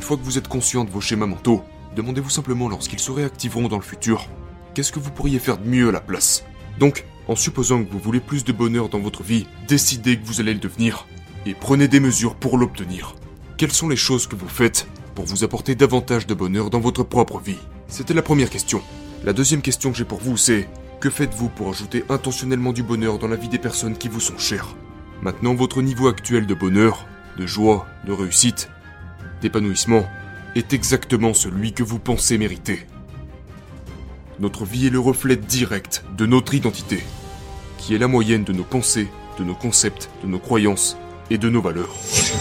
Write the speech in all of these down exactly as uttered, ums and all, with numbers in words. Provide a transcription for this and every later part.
fois que vous êtes conscient de vos schémas mentaux, demandez-vous simplement lorsqu'ils se réactiveront dans le futur, qu'est-ce que vous pourriez faire de mieux à la place? Donc, en supposant que vous voulez plus de bonheur dans votre vie, décidez que vous allez le devenir, et prenez des mesures pour l'obtenir. Quelles sont les choses que vous faites pour vous apporter davantage de bonheur dans votre propre vie? C'était la première question. La deuxième question que j'ai pour vous, c'est que faites-vous pour ajouter intentionnellement du bonheur dans la vie des personnes qui vous sont chères? Maintenant, votre niveau actuel de bonheur, de joie, de réussite, d'épanouissement, est exactement celui que vous pensez mériter. Notre vie est le reflet direct de notre identité, qui est la moyenne de nos pensées, de nos concepts, de nos croyances et de nos valeurs.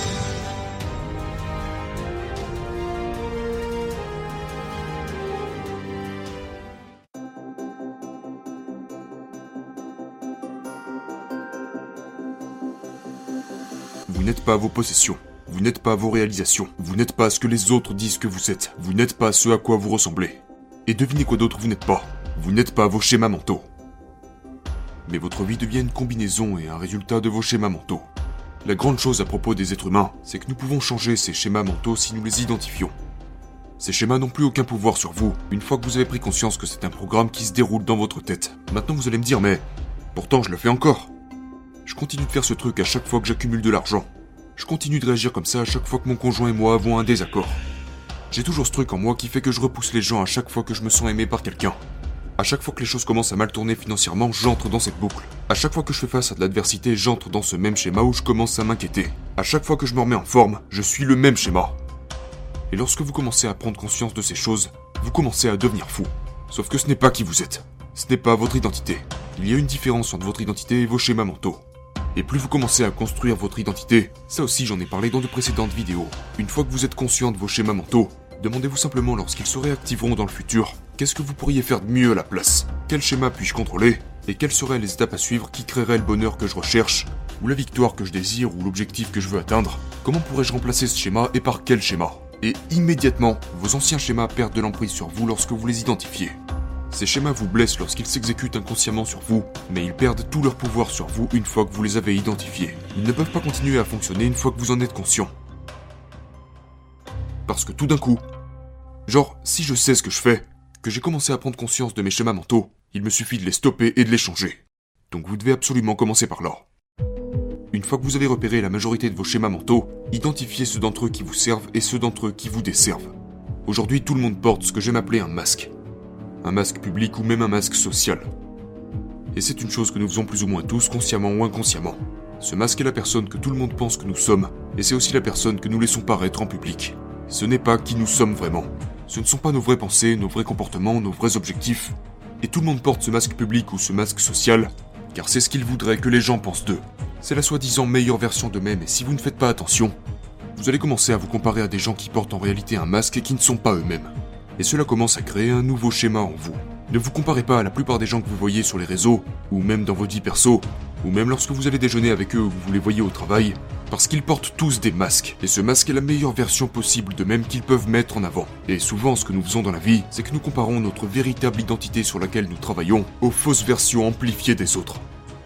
Vous n'êtes pas vos possessions, vous n'êtes pas vos réalisations, vous n'êtes pas ce que les autres disent que vous êtes, vous n'êtes pas ce à quoi vous ressemblez. Et devinez quoi d'autre vous n'êtes pas, vous n'êtes pas vos schémas mentaux. Mais votre vie devient une combinaison et un résultat de vos schémas mentaux. La grande chose à propos des êtres humains, c'est que nous pouvons changer ces schémas mentaux si nous les identifions. Ces schémas n'ont plus aucun pouvoir sur vous, une fois que vous avez pris conscience que c'est un programme qui se déroule dans votre tête. Maintenant vous allez me dire, mais pourtant je le fais encore. Je continue de faire ce truc à chaque fois que j'accumule de l'argent. Je continue de réagir comme ça à chaque fois que mon conjoint et moi avons un désaccord. J'ai toujours ce truc en moi qui fait que je repousse les gens à chaque fois que je me sens aimé par quelqu'un. À chaque fois que les choses commencent à mal tourner financièrement, j'entre dans cette boucle. À chaque fois que je fais face à de l'adversité, j'entre dans ce même schéma où je commence à m'inquiéter. À chaque fois que je me remets en forme, je suis le même schéma. Et lorsque vous commencez à prendre conscience de ces choses, vous commencez à devenir fou. Sauf que ce n'est pas qui vous êtes. Ce n'est pas votre identité. Il y a une différence entre votre identité et vos schémas mentaux. Et plus vous commencez à construire votre identité, ça aussi j'en ai parlé dans de précédentes vidéos. Une fois que vous êtes conscient de vos schémas mentaux, demandez-vous simplement lorsqu'ils se réactiveront dans le futur, qu'est-ce que vous pourriez faire de mieux à la place? Quel schéma puis-je contrôler? Et quelles seraient les étapes à suivre qui créeraient le bonheur que je recherche, ou la victoire que je désire, ou l'objectif que je veux atteindre? Comment pourrais-je remplacer ce schéma et par quel schéma? Et immédiatement, vos anciens schémas perdent de l'emprise sur vous lorsque vous les identifiez. Ces schémas vous blessent lorsqu'ils s'exécutent inconsciemment sur vous, mais ils perdent tout leur pouvoir sur vous une fois que vous les avez identifiés. Ils ne peuvent pas continuer à fonctionner une fois que vous en êtes conscient. Parce que tout d'un coup, genre, si je sais ce que je fais, que j'ai commencé à prendre conscience de mes schémas mentaux, il me suffit de les stopper et de les changer. Donc vous devez absolument commencer par là. Une fois que vous avez repéré la majorité de vos schémas mentaux, identifiez ceux d'entre eux qui vous servent et ceux d'entre eux qui vous desservent. Aujourd'hui, tout le monde porte ce que j'aime appeler un masque. Un masque public ou même un masque social. Et c'est une chose que nous faisons plus ou moins tous, consciemment ou inconsciemment. Ce masque est la personne que tout le monde pense que nous sommes, et c'est aussi la personne que nous laissons paraître en public. Ce n'est pas qui nous sommes vraiment. Ce ne sont pas nos vraies pensées, nos vrais comportements, nos vrais objectifs. Et tout le monde porte ce masque public ou ce masque social, car c'est ce qu'ils voudraient que les gens pensent d'eux. C'est la soi-disant meilleure version d'eux-mêmes, et si vous ne faites pas attention, vous allez commencer à vous comparer à des gens qui portent en réalité un masque et qui ne sont pas eux-mêmes. Et cela commence à créer un nouveau schéma en vous. Ne vous comparez pas à la plupart des gens que vous voyez sur les réseaux, ou même dans votre vie perso, ou même lorsque vous allez déjeuner avec eux ou vous les voyez au travail, parce qu'ils portent tous des masques, et ce masque est la meilleure version possible d'eux-mêmes qu'ils peuvent mettre en avant. Et souvent, ce que nous faisons dans la vie, c'est que nous comparons notre véritable identité sur laquelle nous travaillons aux fausses versions amplifiées des autres.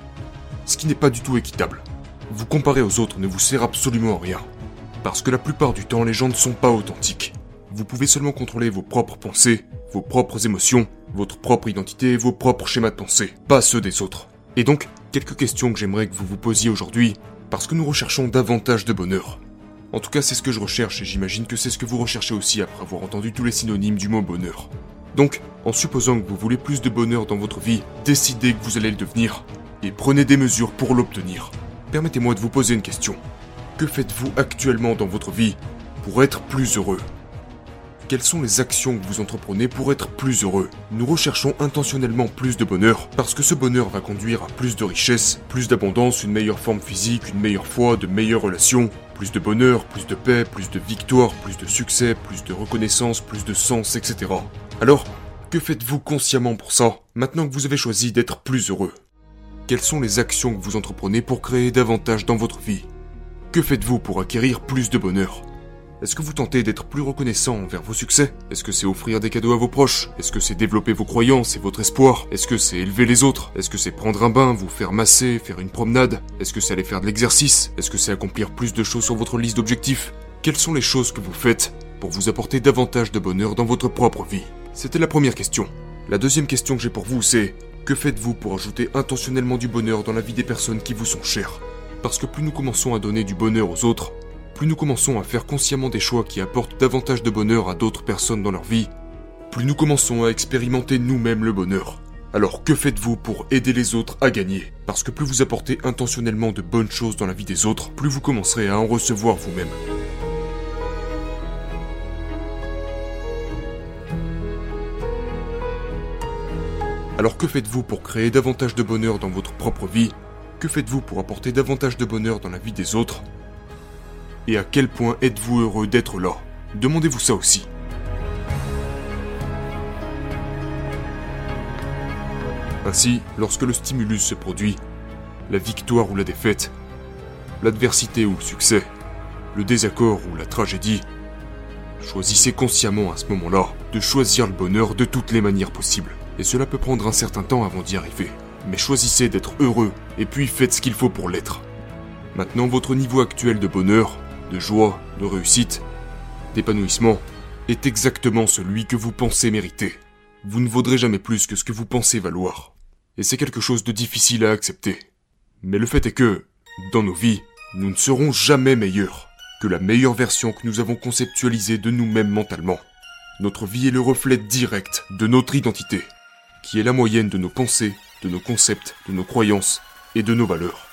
Ce qui n'est pas du tout équitable. Vous comparer aux autres ne vous sert absolument à rien. Parce que la plupart du temps, les gens ne sont pas authentiques. Vous pouvez seulement contrôler vos propres pensées, vos propres émotions, votre propre identité et vos propres schémas de pensée, pas ceux des autres. Et donc, quelques questions que j'aimerais que vous vous posiez aujourd'hui, parce que nous recherchons davantage de bonheur. En tout cas, c'est ce que je recherche et j'imagine que c'est ce que vous recherchez aussi après avoir entendu tous les synonymes du mot bonheur. Donc, en supposant que vous voulez plus de bonheur dans votre vie, décidez que vous allez le devenir et prenez des mesures pour l'obtenir. Permettez-moi de vous poser une question. Que faites-vous actuellement dans votre vie pour être plus heureux ? Quelles sont les actions que vous entreprenez pour être plus heureux? Nous recherchons intentionnellement plus de bonheur, parce que ce bonheur va conduire à plus de richesse, plus d'abondance, une meilleure forme physique, une meilleure foi, de meilleures relations, plus de bonheur, plus de paix, plus de victoire, plus de succès, plus de reconnaissance, plus de sens, et cetera. Alors, que faites-vous consciemment pour ça, maintenant que vous avez choisi d'être plus heureux? Quelles sont les actions que vous entreprenez pour créer davantage dans votre vie? Que faites-vous pour acquérir plus de bonheur? Est-ce que vous tentez d'être plus reconnaissant envers vos succès? Est-ce que c'est offrir des cadeaux à vos proches? Est-ce que c'est développer vos croyances et votre espoir? Est-ce que c'est élever les autres? Est-ce que c'est prendre un bain, vous faire masser, faire une promenade? Est-ce que c'est aller faire de l'exercice? Est-ce que c'est accomplir plus de choses sur votre liste d'objectifs? Quelles sont les choses que vous faites pour vous apporter davantage de bonheur dans votre propre vie? C'était la première question. La deuxième question que j'ai pour vous, c'est que faites-vous pour ajouter intentionnellement du bonheur dans la vie des personnes qui vous sont chères? Parce que plus nous commençons à donner du bonheur aux autres, plus nous commençons à faire consciemment des choix qui apportent davantage de bonheur à d'autres personnes dans leur vie, plus nous commençons à expérimenter nous-mêmes le bonheur. Alors que faites-vous pour aider les autres à gagner? Parce que plus vous apportez intentionnellement de bonnes choses dans la vie des autres, plus vous commencerez à en recevoir vous-même. Alors que faites-vous pour créer davantage de bonheur dans votre propre vie? Que faites-vous pour apporter davantage de bonheur dans la vie des autres? Et à quel point êtes-vous heureux d'être là? Demandez-vous ça aussi. Ainsi, lorsque le stimulus se produit, la victoire ou la défaite, l'adversité ou le succès, le désaccord ou la tragédie, choisissez consciemment à ce moment-là de choisir le bonheur de toutes les manières possibles. Et cela peut prendre un certain temps avant d'y arriver. Mais choisissez d'être heureux et puis faites ce qu'il faut pour l'être. Maintenant, votre niveau actuel de bonheur, de joie, de réussite, d'épanouissement, est exactement celui que vous pensez mériter. Vous ne vaudrez jamais plus que ce que vous pensez valoir. Et c'est quelque chose de difficile à accepter. Mais le fait est que, dans nos vies, nous ne serons jamais meilleurs que la meilleure version que nous avons conceptualisée de nous-mêmes mentalement. Notre vie est le reflet direct de notre identité, qui est la moyenne de nos pensées, de nos concepts, de nos croyances et de nos valeurs.